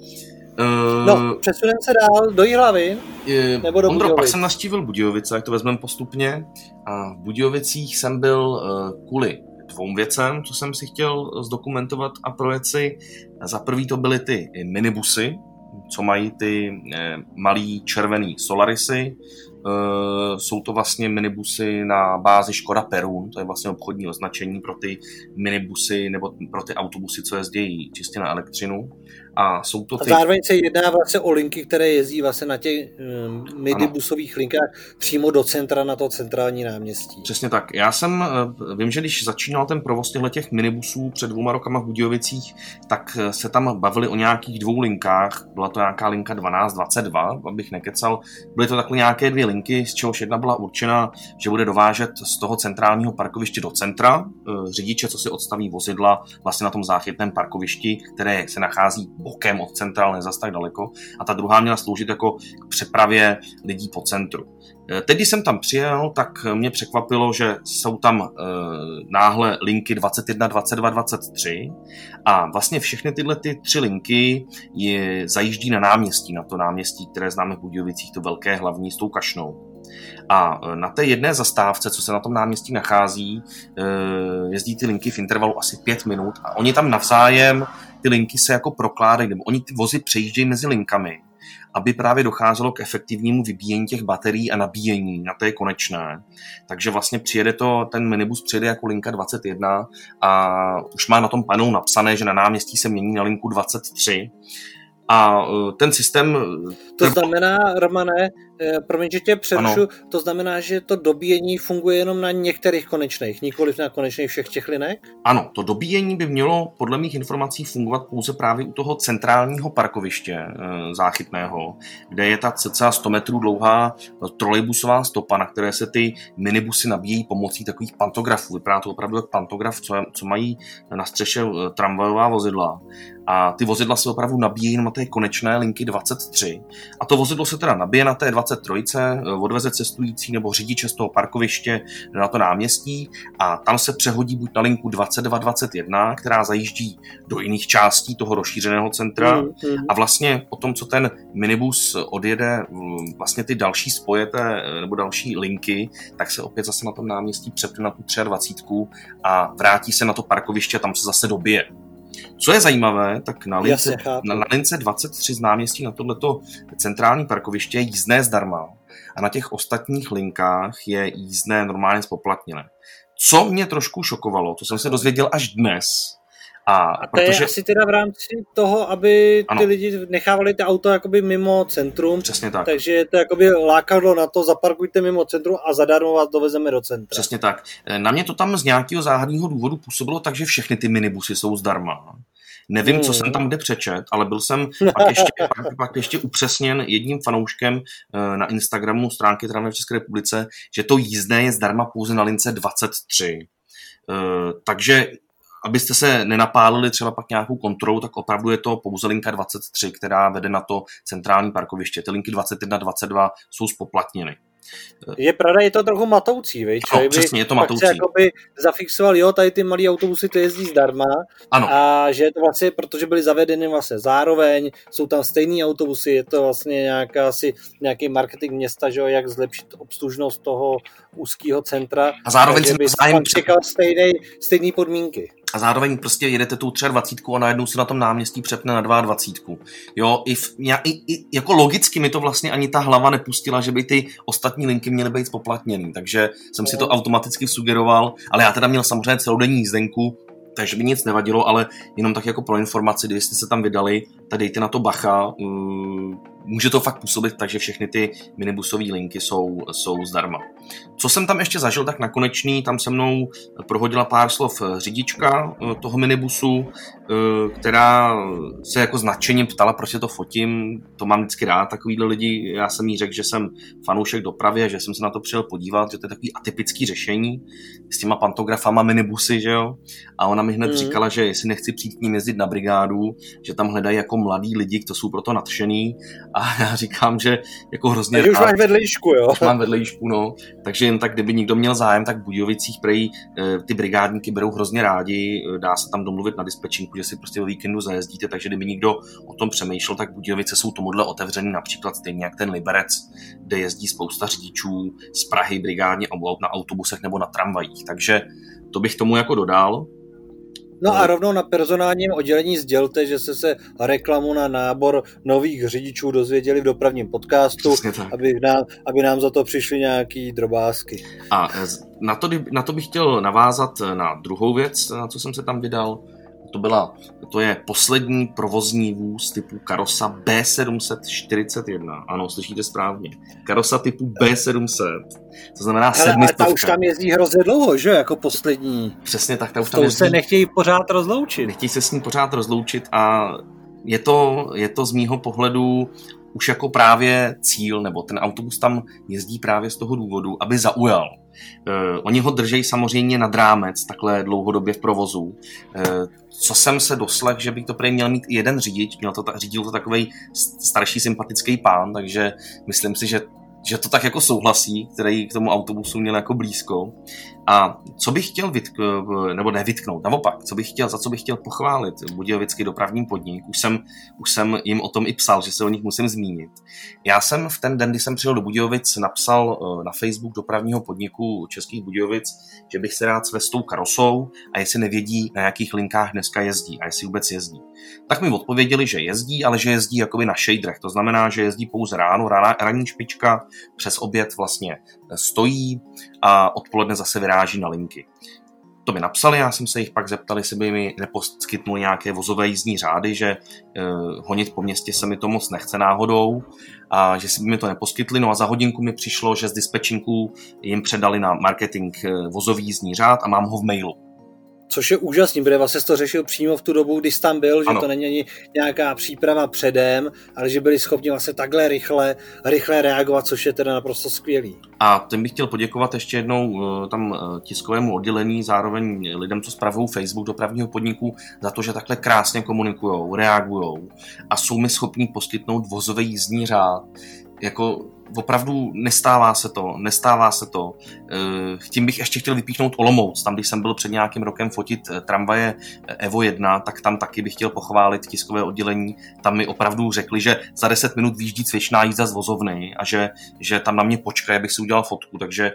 Uh, no, přesuneme se dál do Jihlavy, nebo do Ondro, Budějovic. Pak jsem navštívil Budějovice, jak to vezmeme postupně. A v Budějovicích jsem byl uh, kvůli dvou věcem, co jsem si chtěl zdokumentovat a projet si. Za prvý to byly ty minibusy, co mají ty eh, malý červený Solarisy. Uh, jsou to vlastně minibusy na bázi Škoda Perun, to je vlastně obchodní označení pro ty minibusy nebo pro ty autobusy, co jezdí čistě na elektřinu. A jsou to ty... A zároveň se jedná vlastně o linky, které jezdí vlastně na těch um, minibusových linkách přímo do centra, na to centrální náměstí. Přesně tak. Já jsem, vím, že když začínal ten provoz těch minibusů před dvouma rokama v Budějovicích, tak se tam bavili o nějakých dvou linkách. Byla to nějaká linka dvanáct dvacet dva, abych nekecal. Byly to takhle nějaké dvě linky, z čehož jedna byla určena, že bude dovážet z toho centrálního parkoviště do centra řidiče, co si odstaví vozidla vlastně na tom záchytném parkovišti, které se nachází bokem od centra, ale zas tak daleko. A ta druhá měla sloužit jako k přepravě lidí po centru. Teď, když jsem tam přijel, tak mě překvapilo, že jsou tam e, náhle linky dvacet jedna, dvacet dva, dvacet tři a vlastně všechny tyhle ty tři linky je, zajíždí na náměstí, na to náměstí, které známe v Budějovicích, to velké hlavní s tou kašnou. A na té jedné zastávce, co se na tom náměstí nachází, jezdí ty linky v intervalu asi pět minut a oni tam navzájem ty linky se jako prokládají, nebo oni ty vozy přejíždějí mezi linkami, aby právě docházelo k efektivnímu vybíjení těch baterií a nabíjení na té konečné. Takže vlastně přijede to, ten minibus přijede jako linka dvacet jedna a už má na tom panelu napsané, že na náměstí se mění na linku dvacet tři. A ten systém... To znamená, Romane, promiň, že tě přerušu, to znamená, že to dobíjení funguje jenom na některých konečných, nikoliv na konečných všech těch linek? Ano, to dobíjení by mělo podle mých informací fungovat pouze právě u toho centrálního parkoviště e, záchytného, kde je ta cca sto metrů dlouhá trolejbusová stopa, na které se ty minibusy nabíjejí pomocí takových pantografů. Vypadá to opravdu jak pantograf, co, co mají na střeše tramvajová vozidla. A ty vozidla se opravdu nabíjejí na té konečné linky dvacet tři. A to vozidlo se teda nabije na té dvacet tři, odveze cestující nebo řidiče z toho parkoviště na to náměstí a tam se přehodí buď na linku dvacet dva dvacet jedna, která zajíždí do jiných částí toho rozšířeného centra mm, mm. a vlastně po tom, co ten minibus odjede vlastně ty další spoje té, nebo další linky, tak se opět zase na tom náměstí přepne na tu dvacet tři a vrátí se na to parkoviště a tam se zase dobije. Co je zajímavé, tak na lince, na, na lince dvacet tři z náměstí na tohleto centrální parkoviště je jízdné zdarma a na těch ostatních linkách je jízdné normálně zpoplatněné. Co mě trošku šokovalo, to jsem se dozvěděl až dnes. A, a to protože... je asi teda v rámci toho, aby ty ano. lidi nechávali to auto jakoby mimo centrum. Přesně tak. Takže je to jakoby lákadlo na to, zaparkujte mimo centrum a zadarmo vás dovezeme do centra. Přesně tak. Na mě to tam z nějakého záhadného důvodu působilo tak, že všechny ty minibusy jsou zdarma. Nevím, hmm. co jsem tam kde přečet, ale byl jsem pak ještě, pak, pak ještě upřesněn jedním fanouškem na Instagramu stránky Tramvaj v České republice, že to jízdné je zdarma pouze na lince dvacet tři. Takže abyste se nenapálili třeba pak nějakou kontrolu, tak opravdu je to pouze linka dvacet tři, která vede na to centrální parkoviště. Ty linky dvacet jedna dvacet dva jsou zpoplatněny. Je pravda, je to trochu matoucí, viď? No, přesně, je to matoucí. Se jakoby zafixoval, jo, tady ty malý autobusy to jezdí zdarma ano. A že je to vlastně, protože byly zavedeny vlastně zároveň, jsou tam stejný autobusy, je to vlastně nějaká, asi nějaký marketing města, že jo, jak zlepšit obslužnost toho úzkého centra. A zároveň by zájem čekal stejný, stejný podmínky. A zároveň prostě jedete tou dvacet tři a najednou se na tom náměstí přepne na dvacet dva. Jo, i, v, i, i jako logicky mi to vlastně ani ta hlava nepustila, že by ty ostatní linky měly být spoplatněný, takže jsem si to automaticky sugeroval, ale já teda měl samozřejmě celodenní jízdenku, takže by nic nevadilo, ale jenom tak jako pro informaci, když jste se tam vydali, tak dejte na to bacha, může to fakt působit tak, že všechny ty minibusové linky jsou, jsou zdarma. Co jsem tam ještě zažil, tak na konečný, tam se mnou prohodila pár slov řidička toho minibusu, která se jako značením ptala, proč se to fotím, to mám vždycky rád, takovýhle lidi, já jsem jí řekl, že jsem fanoušek dopravy a že jsem se na to přijel podívat, že to je takový atypický řešení s těma pantografama minibusy, že jo, a ona mi hned mm. říkala, že jestli nechci přijít k ním jezdit na brigádu, že tam hledají jako mladí lidi, kteří jsou proto nadšený A já říkám, že jako hrozně... Takže už máš vedlejšku, jo? Už mám vedlejšku, no. Takže jen tak, kdyby někdo měl zájem, tak v Budějovicích prej ty brigádníky berou hrozně rádi, dá se tam domluvit na dispečinku, že si prostě o víkendu zajezdíte, takže kdyby někdo o tom přemýšlel, tak Budějovice jsou tomuhle otevřený, například stejně jak ten Liberec, kde jezdí spousta řidičů z Prahy brigádně na autobusech nebo na tramvajích. Takže to bych tomu jako dodal. No a rovnou na personálním oddělení sdělte, že jste se reklamu na nábor nových řidičů dozvěděli v dopravním podcastu, aby nám, aby nám za to přišly nějaký drobásky. A na to, na to bych chtěl navázat na druhou věc, na co jsem se tam vydal. To, byla, to je poslední provozní vůz typu Karosa B sedm set čtyřicet jedna. Ano, slyšíte správně. Karosa typu B sedm set. To znamená sedmistovka. Ale ta už tam jezdí hrozně dlouho, že? Jako poslední. Přesně tak. Ta už tam jezdí. Se nechtějí pořád rozloučit. Nechtějí se s ní pořád rozloučit a je to, je to z mýho pohledu už jako právě cíl, nebo ten autobus tam jezdí právě z toho důvodu, aby zaujal. Uh, oni ho držejí samozřejmě nad rámec takhle dlouhodobě v provozu. Uh, co jsem se doslech, že by to prý měl mít i jeden řidič, měl to, řídil to takovej starší sympatický pán, takže myslím si, že že to tak jako souhlasí, který k tomu autobusu měl jako blízko. A co bych chtěl vytknout, nebo nevytknout, naopak, co bych chtěl, za co bych chtěl pochválit Budějovický dopravní podnik, už jsem, už jsem jim o tom i psal, že se o nich musím zmínit. Já jsem v ten den, kdy jsem přijel do Budějovic, napsal na Facebook dopravního podniku Českých Budějovic, že bych se rád svést tou Karosou a jestli nevědí, na jakých linkách dneska jezdí a jestli vůbec jezdí. Tak mi odpověděli, že jezdí, ale že jezdí jakoby na šejdrech, to znamená, že jezdí pouze ráno, ranní špička, přes oběd vlastně stojí a odpoledne zase vyráží na linky. To mi napsali, já jsem se jich pak zeptal, jestli by mi neposkytnul nějaké vozové jízdní řády, že eh, honit po městě se mi to moc nechce náhodou a že si by mi to neposkytli. No a za hodinku mi přišlo, že z dispečinku jim předali na marketing vozový jízdní řád a mám ho v mailu. Což je úžasný, protože vlastně to řešil přímo v tu dobu, kdy jsi tam byl, že ano. To není ani nějaká příprava předem, ale že byli schopni vlastně takhle rychle, rychle reagovat, což je teda naprosto skvělý. A tím bych chtěl poděkovat ještě jednou tam tiskovému oddělení, zároveň lidem, co spravují Facebook dopravního podniku, za to, že takhle krásně komunikujou, reagujou a jsou mi schopní poskytnout vozový jízdní řád. Jako opravdu nestává se to, nestává se to. Tím bych ještě chtěl vypíchnout Olomouc. Tam, když jsem byl před nějakým rokem fotit tramvaje Evo jedna, tak tam taky bych chtěl pochválit tiskové oddělení. Tam mi opravdu řekli, že za deset minut vyjíždí cvičná jízda z vozovny a že, že tam na mě počkají, abych si udělal fotku. Takže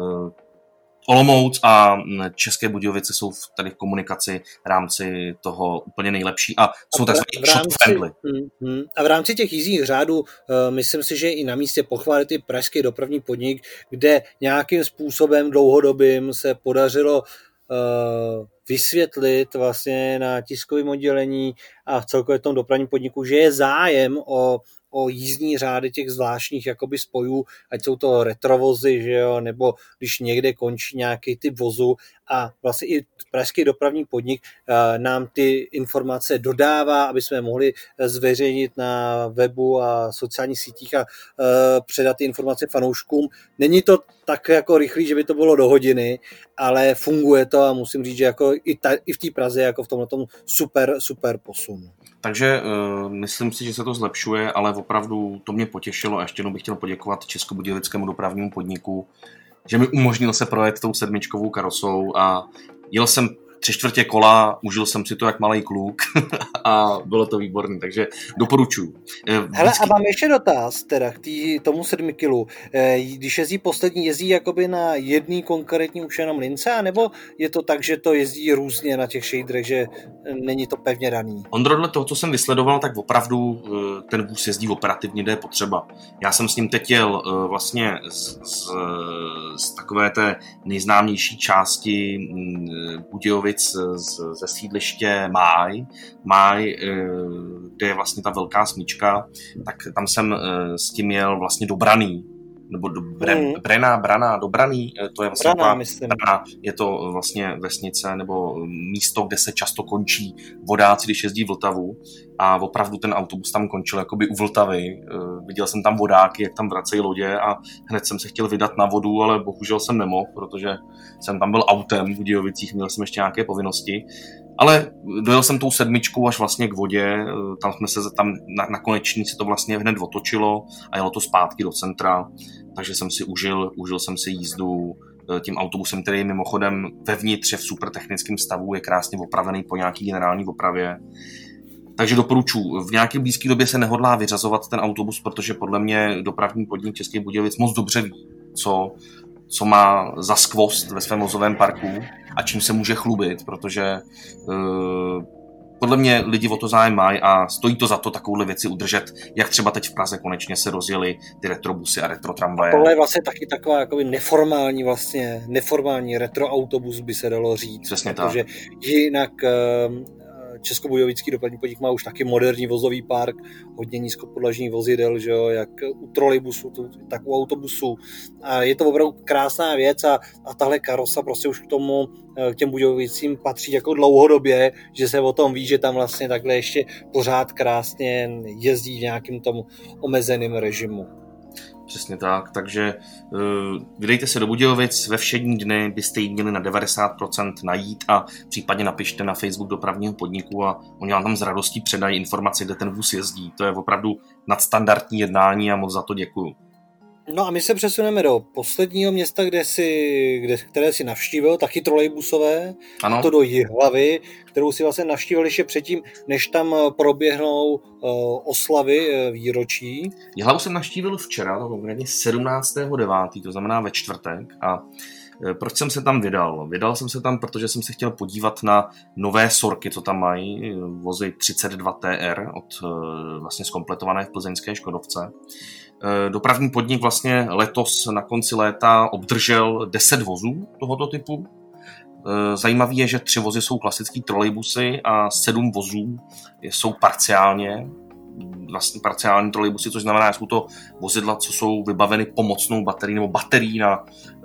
Olomouc a České Budějovice jsou tady v komunikaci v rámci toho úplně nejlepší a jsou takzvaný shot friendly. A v rámci těch jízdních řádů uh, myslím si, že i na místě pochválit i pražský dopravní podnik, kde nějakým způsobem dlouhodobým se podařilo uh, vysvětlit vlastně na tiskovém oddělení a v celkově tom dopravním podniku, že je zájem o o jízdní řády těch zvláštních jakoby spojů, ať jsou to retrovozy, že jo, nebo když někde končí nějaký typ vozu a vlastně i pražský dopravní podnik uh, nám ty informace dodává, aby jsme mohli zveřejnit na webu a sociálních sítích a uh, předat ty informace fanouškům. Není to tak jako rychlý, že by to bylo do hodiny, ale funguje to a musím říct, že jako i, ta, i v té Praze jako v tomhle super, super posun. Takže uh, myslím si, že se to zlepšuje, ale opravdu to mě potěšilo a ještě jednou bych chtěl poděkovat Českobudějovickému dopravnímu podniku, že mi umožnil se projet tou sedmičkovou Karosou a jel jsem tři čtvrtě kola, užil jsem si to jak malej kluk a bylo to výborné, takže doporučuji. Hele, a mám ještě dotaz teda k tý, tomu sedmi kilu. Když jezdí poslední, jezdí jakoby na jedný konkrétní už jenom lince, anebo je to tak, že to jezdí různě na těch shaderech, že není to pevně daný? Ondro, dle toho, co jsem vysledoval, tak opravdu ten vůz jezdí operativně, kde je potřeba. Já jsem s ním teď jel vlastně z, z, z takové té nejznámější části Budějovic ze sídliště Máj, Máj, kde je vlastně ta velká smyčka, tak tam jsem s tím jel vlastně do Braný, nebo do Bre, mm. Brena, Brana, do Braný, to je vlastně Brana, myslím. Brana, je to vlastně vesnice nebo místo, kde se často končí vodáci, když jezdí Vltavu a opravdu ten autobus tam končil jakoby u Vltavy. Viděl jsem tam vodáky, jak tam vracejí lodě a hned jsem se chtěl vydat na vodu, ale bohužel jsem nemohl, protože jsem tam byl autem v Budějovicích, měl jsem ještě nějaké povinnosti. Ale dojel jsem tou sedmičkou až vlastně k vodě, tam jsme se tam na, na konečnici to vlastně hned otočilo a jelo to zpátky do centra, takže jsem si užil, užil jsem si jízdu tím autobusem, který je mimochodem vevnitř v super technickém stavu, je krásně opravený po nějaký generální opravě. Takže doporučuji. V nějaké blízké době se nehodlá vyřazovat ten autobus, protože podle mě dopravní podnik Českých Budějovic moc dobře ví, co, co má za skvost ve svém vozovém parku a čím se může chlubit, protože uh, podle mě lidi o to zájem mají a stojí to za to takovouhle věci udržet, jak třeba teď v Praze konečně se rozjeli ty retrobusy a retro tramvaje. Tohle je vlastně taky taková jakoby neformální vlastně, neformální retroautobus by se dalo říct. Přesně protože tak. jinak Českobudějovický dopravní podnik má už taky moderní vozový park, hodně nízkopodlažních vozidel, že jo, jak u trolejbusu, tak u autobusu. A je to opravdu krásná věc a, a tahle karosa prostě už k tomu, k těm Budějovicím patří jako dlouhodobě, že se o tom ví, že tam vlastně takhle ještě pořád krásně jezdí v nějakým tomu omezeném režimu. Přesně tak, takže uh, vydejte se do Budějovic, ve všední dny byste jí měli na devadesát procent najít a případně napište na Facebook dopravního podniku a oni vám tam s radostí předají informace, kde ten vůz jezdí. To je opravdu nadstandardní jednání a moc za to děkuju. No a my se přesuneme do posledního města, kde si, kde, které si navštívil, taky trolejbusové, ano. A to do Jihlavy, kterou si vlastně navštívil ještě předtím, než tam proběhnou uh, oslavy uh, výročí. Jihlavu jsem navštívil včera, to konkrétně sedmnáctého devátého to znamená ve čtvrtek. A proč jsem se tam vydal? Vydal jsem se tam, protože jsem se chtěl podívat na nové sorky, co tam mají, vozy třicet dva T R, od, vlastně zkompletované v plzeňské Škodovce. Dopravní podnik vlastně letos na konci léta obdržel deset vozů tohoto typu. Zajímavé je, že tři vozy jsou klasický trolejbusy a sedm vozů jsou parciálně vlastně parciální trolejbusy, což znamená, že jsou to vozidla, co jsou vybaveny pomocnou baterií nebo baterií na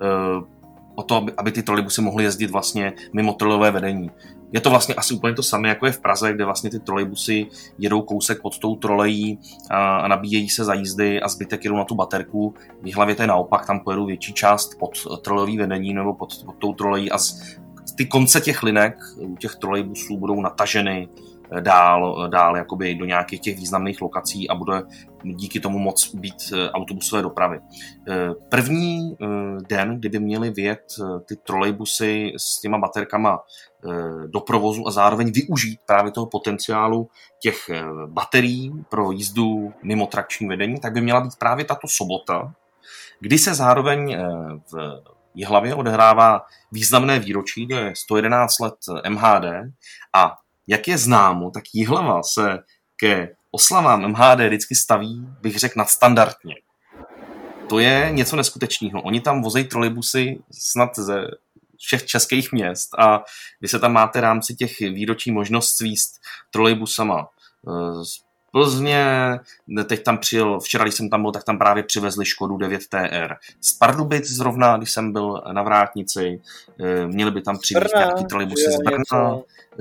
o to, aby, aby ty trolejbusy mohly jezdit vlastně mimo trolejové vedení. Je to vlastně asi úplně to samé, jako je v Praze, kde vlastně ty trolejbusy jedou kousek pod tou trolejí a, a nabíjejí se za jízdy a zbytek jedou na tu baterku. V Jihlavě to je naopak, tam pojedou větší část pod trolejové vedení nebo pod, pod tou trolejí a z, ty konce těch linek u těch trolejbusů budou nataženy dál, dál jakoby do nějakých těch významných lokací a bude díky tomu moc být autobusové dopravy. První den, kdyby měli vyjet ty trolejbusy s těma baterkama do provozu a zároveň využít právě toho potenciálu těch baterií pro jízdu mimo trakční vedení, tak by měla být právě tato sobota, kdy se zároveň v Jihlavě odehrává významné výročí, to je sto jedenáct let M H D a jak je známo, tak Jihlava se ke oslavám M H D vždycky staví, bych řekl, nadstandardně. To je něco neskutečného. Oni tam vozejí trolejbusy snad ze všech českých měst a vy se tam máte v rámci těch výročí možnost svíst trolejbusama z Plzně, teď tam přijel, včera, když jsem tam byl, tak tam právě přivezli Škodu devět T R. Z Pardubic zrovna, když jsem byl na Vrátnici, měli by tam přivést nějaký trolejbusy z Brna.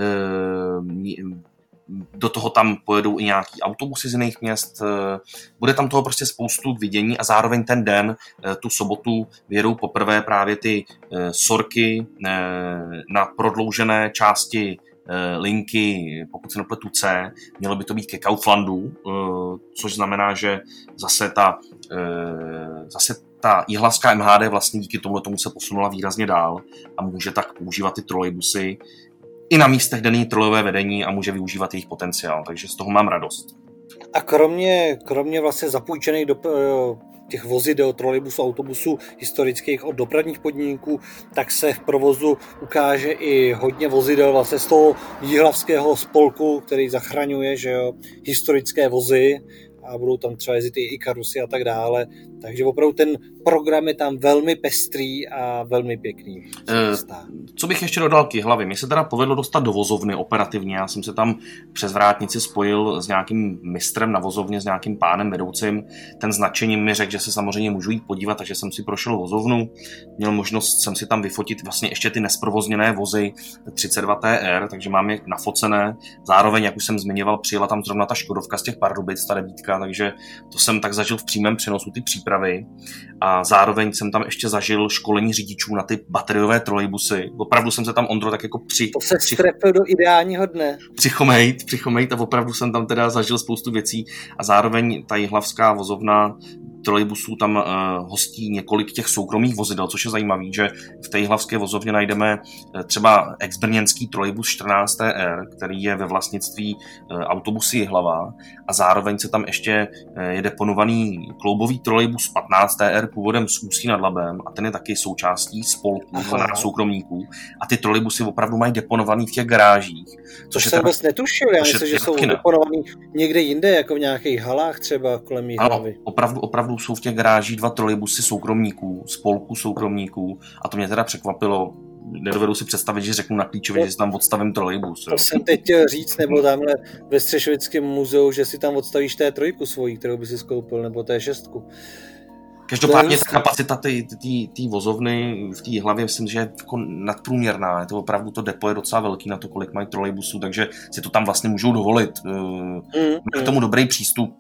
Do toho tam pojedou i nějaký autobusy z jiných měst. Bude tam toho prostě spoustu k vidění a zároveň ten den, tu sobotu, vyjedou poprvé právě ty sorky na prodloužené části linky, pokud se nepletu C, mělo by to být ke Kauflandu, což znamená, že zase ta, zase ta jihlavská M H D vlastně díky tomu tomu se posunula výrazně dál a může tak používat ty trolejbusy i na místech, kde není trolejové vedení a může využívat jejich potenciál, takže z toho mám radost. A kromě, kromě vlastně zapůjčených do těch vozidel, trolejbusů, autobusů historických od dopravních podniků, tak se v provozu ukáže i hodně vozidel vlastně z toho jihlavského spolku, který zachraňuje, že jo, historické vozy a budou tam třeba jezdit i Ikarusy a tak dále. Takže opravdu ten program je tam velmi pestrý a velmi pěkný. E, co bych ještě dodal k Jihlavě? Mně se teda povedlo dostat do vozovny operativně. Já jsem se tam přes Vrátnici spojil s nějakým mistrem na vozovně, s nějakým pánem vedoucím. Ten značením mi řekl, že se samozřejmě můžu jít podívat, takže jsem si prošel vozovnu. Měl možnost jsem si tam vyfotit vlastně ještě ty nesprovozněné vozy třicet dva T R, takže mám je nafocené. Zároveň, jak už jsem zmiňoval, přijela tam zrovna ta Škodovka z těch Pardubic, ta devítka, takže to jsem tak zažil v přímém přenosu ty přípravy. A a zároveň jsem tam ještě zažil školení řidičů na ty bateriové trolejbusy. Opravdu jsem se tam, Ondro, tak jako při... To se strefil do ideálního dne. Přichomejt, přichomejt a opravdu jsem tam teda zažil spoustu věcí a zároveň ta jihlavská vozovna trolejbusů tam uh, hostí několik těch soukromých vozidel, což je zajímavý, že v té jihlavské vozovně najdeme uh, třeba exbrněnský trolejbus čtrnáct T R, který je ve vlastnictví uh, autobusy Jihlava a zároveň se tam ještě uh, je deponovaný kloubový trolejbus patnáct T R původem z Ústí nad Labem a ten je taky součástí spolků na soukromníků a ty trolejbusy opravdu mají deponovaný v těch garážích. Což jsem vůbec netušil, já myslím, že jsou deponovaný někde jinde, jako v nějakých halách třeba kolem Jihlavy. Ano, opravdu, opravdu jsou v těch garážích dva trolejbusy soukromníků, spolků soukromníků a to mě teda překvapilo. Nedovedu si představit, že řeknu na Klíčově, že si tam odstavím trolejbus. To jo. Jsem teď chtěl říct, nebo tamhle ve Střešovickém muzeu, že si tam odstavíš té trojku svojí, kterou by si skoupil, nebo té šestku. Každopádně ta kapacita té vozovny v té Jihlavě myslím, že je jako nadprůměrná. Je to opravdu, to depo je docela velký na to, kolik mají trolejbusů, takže si to tam vlastně můžou dovolit. Mm, Má k tomu dobrý přístup,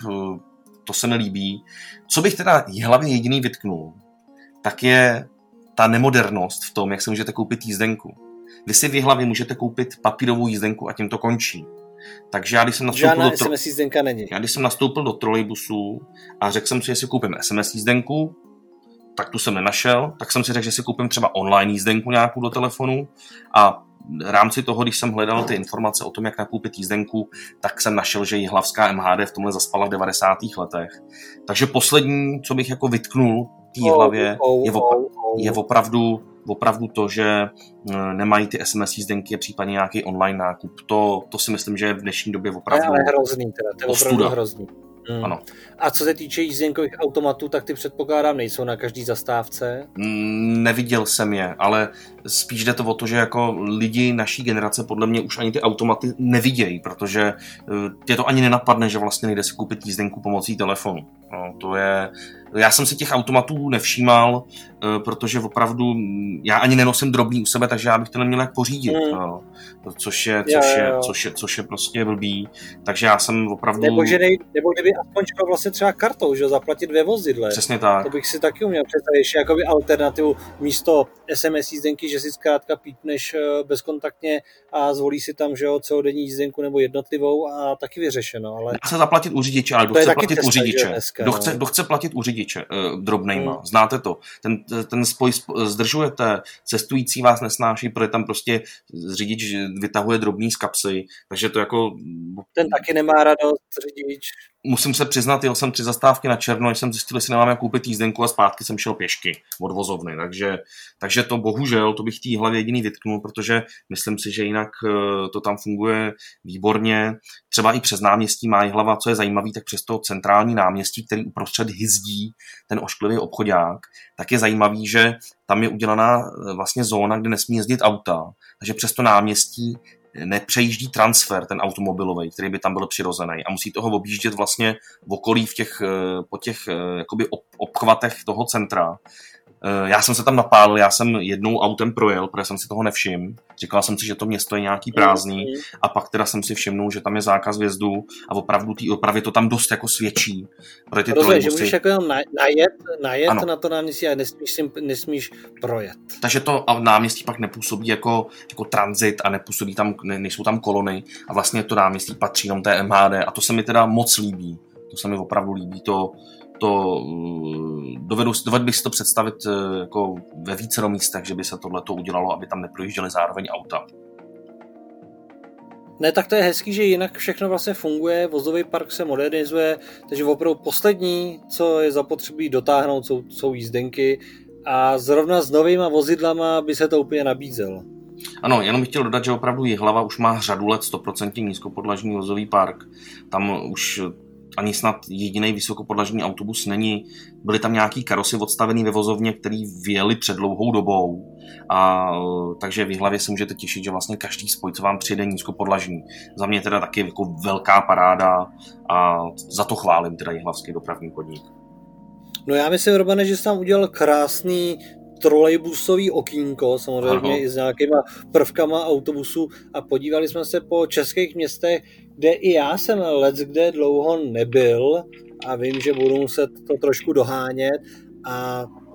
to se mi líbí. Co bych teda Jihlavě jediný vytknul, tak je ta nemodernost v tom, jak si můžete koupit jízdenku. Vy si v Jihlavě můžete koupit papírovou jízdenku a tím to končí. Takže já když jsem nastoupil Žádná do tro... es em es jízdenka není. Já když jsem nastoupil do trolejbusu a řekl jsem si, že si koupím es em es jízdenku, tak tu jsem nenašel, tak jsem si řekl, že si koupím třeba online jízdenku nějakou do telefonu a v rámci toho, když jsem hledal ty informace o tom, jak nakoupit jízdenku, tak jsem našel, že jihlavská em há dé v tomhle zaspala v devadesátých letech. Takže poslední, co bych jako vytknul v té Jihlavě, oh, oh, je, opra- oh, oh. je opravdu, opravdu to, že nemají ty es em es jízdenky, případně nějaký online nákup. To, to si myslím, že je v dnešní době opravdu... Ale hrozný teda, to je opravdu hrozný. Hmm. Ano. A co se týče jízdenkových automatů, tak ty předpokládám nejsou na každý zastávce? Mm, neviděl jsem je, ale spíš jde to o to, že jako lidi naší generace podle mě už ani ty automaty nevidějí, protože tě to ani nenapadne, že vlastně nejde si koupit jízdenku pomocí telefonu. No, to je... Já jsem si těch automatů nevšímal, protože opravdu já ani nenosím drobný u sebe, takže já bych to neměl jak pořídit, hmm. no. což, je, což, jo, jo. Je, což, je, což je prostě blbý. Takže já jsem opravdu... Nebo, že nej, nebo kdyby aspoň šel vlastně třeba kartou, že zaplatit ve vozidle. Přesně tak. To bych si taky uměl představit ještě jakoby alternativu místo es em es jízdenky, že si zkrátka pípneš bezkontaktně a zvolí si tam, že jo, celodenní jízdenku nebo jednotlivou a taky vyřešeno. Ale... Dá se zaplatit u řidiče, ale kdo chce platit u řidiče? Kdo chce, kdo chce platit u řidiče drobnejma? Hmm. Znáte to? Ten, ten spoj zdržujete, cestující vás nesnáší, protože tam prostě řidič vytahuje drobný z kapsy, takže to jako... Ten taky nemá radost, řidič. Musím se přiznat, jel jsem tři zastávky na černo, když jsem zjistil, jestli nemám jak koupit jízdenku a zpátky jsem šel pěšky od vozovny, takže, takže to bohužel, to bych v té hlavě jediný vytknul, protože myslím si, že jinak to tam funguje výborně, třeba i přes náměstí má Jihlava, co je zajímavý, tak přes to centrální náměstí, který uprostřed hyzdí ten ošklivý obchodák, tak je zajímavý, že tam je udělaná vlastně zóna, kde nesmí jezdit auta, takže přes to náměstí nepřejíždí transfer, ten automobilový, který by tam byl přirozený a musí toho objíždět vlastně v okolí v těch, po těch jakoby obchvatech toho centra. Já jsem se tam napálil, já jsem jednou autem projel, protože jsem si toho nevšiml. Říkal jsem si, že to město je nějaký prázdný a pak teda jsem si všimnul, že tam je zákaz vjezdu a opravdu té opravy to tam dost jako svědčí. Rozumím, že můžeš jako jenom najet, najet na to náměstí a nesmíš, nesmíš projet. Takže to náměstí pak nepůsobí jako, jako tranzit a nepůsobí tam, ne, nejsou tam kolony a vlastně to náměstí patří jenom té em há dé a to se mi teda moc líbí. To se mi opravdu líbí, to to dovedu, dovedu bych si to představit jako ve více místech, že by se tohleto udělalo, aby tam neprojížděly zároveň auta. Ne, tak to je hezký, že jinak všechno vlastně funguje, vozový park se modernizuje, takže opravdu poslední, co je zapotřebí dotáhnout, jsou, jsou jízdenky a zrovna s novýma vozidlama by se to úplně nabízelo. Ano, jenom bych chtěl dodat, že opravdu Jihlava už má řadu let sto procent nízkopodlažní vozový park. Tam už ani snad jediný vysokopodlažní autobus není. Byly tam nějaký karosy odstavený ve vozovně, který vyjeli před dlouhou dobou. A, takže v Jihlavě se můžete těšit, že vlastně každý spoj, co vám přijde nízkopodlažní. Za mě teda taky jako velká paráda a za to chválím teda jihlavský dopravní podnik. No já myslím, Robane, že jsi tam udělal krásný trolejbusový okýnko, samozřejmě Aha. i s nějakýma prvkama autobusu a podívali jsme se po českých městech, kde i já jsem let, kde dlouho nebyl a vím, že budu muset to trošku dohánět a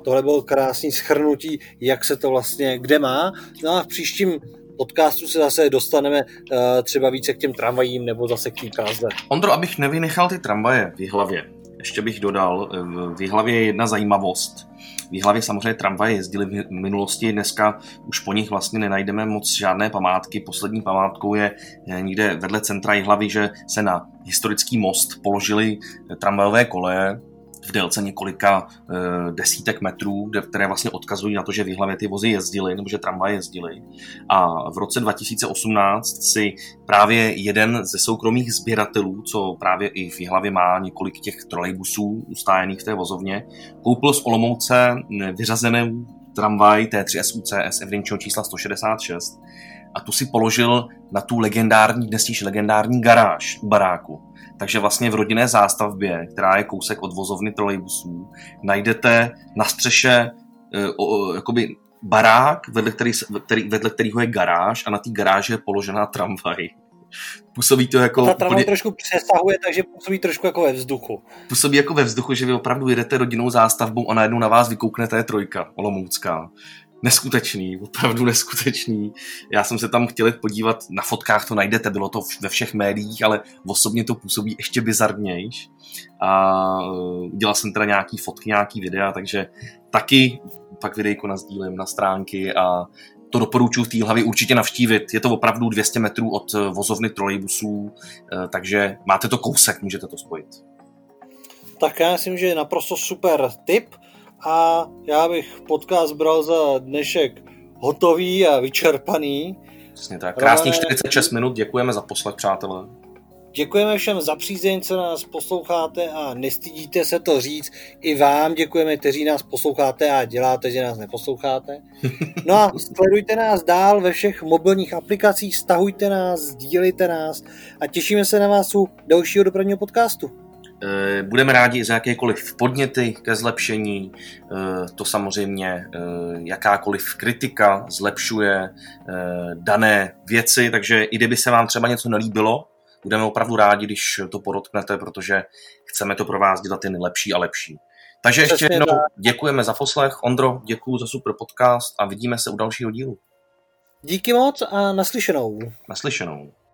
tohle bylo krásný shrnutí, jak se to vlastně kde má. No a v příštím podcastu se zase dostaneme uh, třeba více k těm tramvajím nebo zase k té Praze. Ondro, abych nevynechal ty tramvaje v Jihlavě, ještě bych dodal, v Jihlavě je jedna zajímavost. V Jihlavě samozřejmě tramvaje jezdily v minulosti, dneska už po nich vlastně nenajdeme moc žádné památky. Poslední památkou je někde vedle centra Jihlavy, že se na historický most položily tramvajové koleje v délce několika e, desítek metrů, které vlastně odkazují na to, že v Jihlavě ty vozy jezdily, nebo že tramvaje jezdily. A v roce dva tisíce osmnáct si právě jeden ze soukromých sběratelů, co právě i v Jihlavě má několik těch trolejbusů ustájených v té vozovně, koupil z Olomouce vyřazenou tramvaj T tři S U C S evidenčního čísla sto šedesát šest a tu si položil na tu legendární, dnes již legendární garáž u baráku. Takže vlastně v rodinné zástavbě, která je kousek od vozovny trolejbusů, najdete na střeše o, o, jakoby barák, vedle, který, který, vedle kterého je garáž a na té garáži je položená tramvaj. Působí to jako... Ta tramvaj úplně... trošku přesahuje, takže působí trošku jako ve vzduchu. Působí jako ve vzduchu, že vy opravdu jedete rodinnou zástavbou a najednou na vás vykoukne té trojka olomoucká. Neskutečný, opravdu neskutečný. Já jsem se tam chtěl podívat, na fotkách to najdete, bylo to ve všech médiích, ale osobně to působí ještě bizarnějš. A udělal jsem teda nějaký fotky, nějaký videa, takže taky pak videjko nasdílím na stránky a to doporučuji v té Jihlavě určitě navštívit. Je to opravdu dvě stě metrů od vozovny trolejbusů, takže máte to kousek, můžete to spojit. Tak já myslím, že je naprosto super tip. A já bych podcast bral za dnešek hotový a vyčerpaný. Přesně tak. Krásných čtyřicet šest minut. Děkujeme za poslech, přátelé. Děkujeme všem za přízeň, co nás posloucháte a nestydíte se to říct. I vám děkujeme, kteří nás posloucháte a děláte, že nás neposloucháte. No a sledujte nás dál ve všech mobilních aplikacích, stahujte nás, sdílejte nás a těšíme se na vás u dalšího dopravního podcastu. Budeme rádi za jakékoliv podněty ke zlepšení, to samozřejmě jakákoliv kritika zlepšuje dané věci, takže i kdyby se vám třeba něco nelíbilo, budeme opravdu rádi, když to podotknete, protože chceme to pro vás dělat jen lepší a lepší. Takže ještě jednou děkujeme za poslech. Ondro, děkuju za super podcast a vidíme se u dalšího dílu. Díky moc a naslyšenou. Naslyšenou.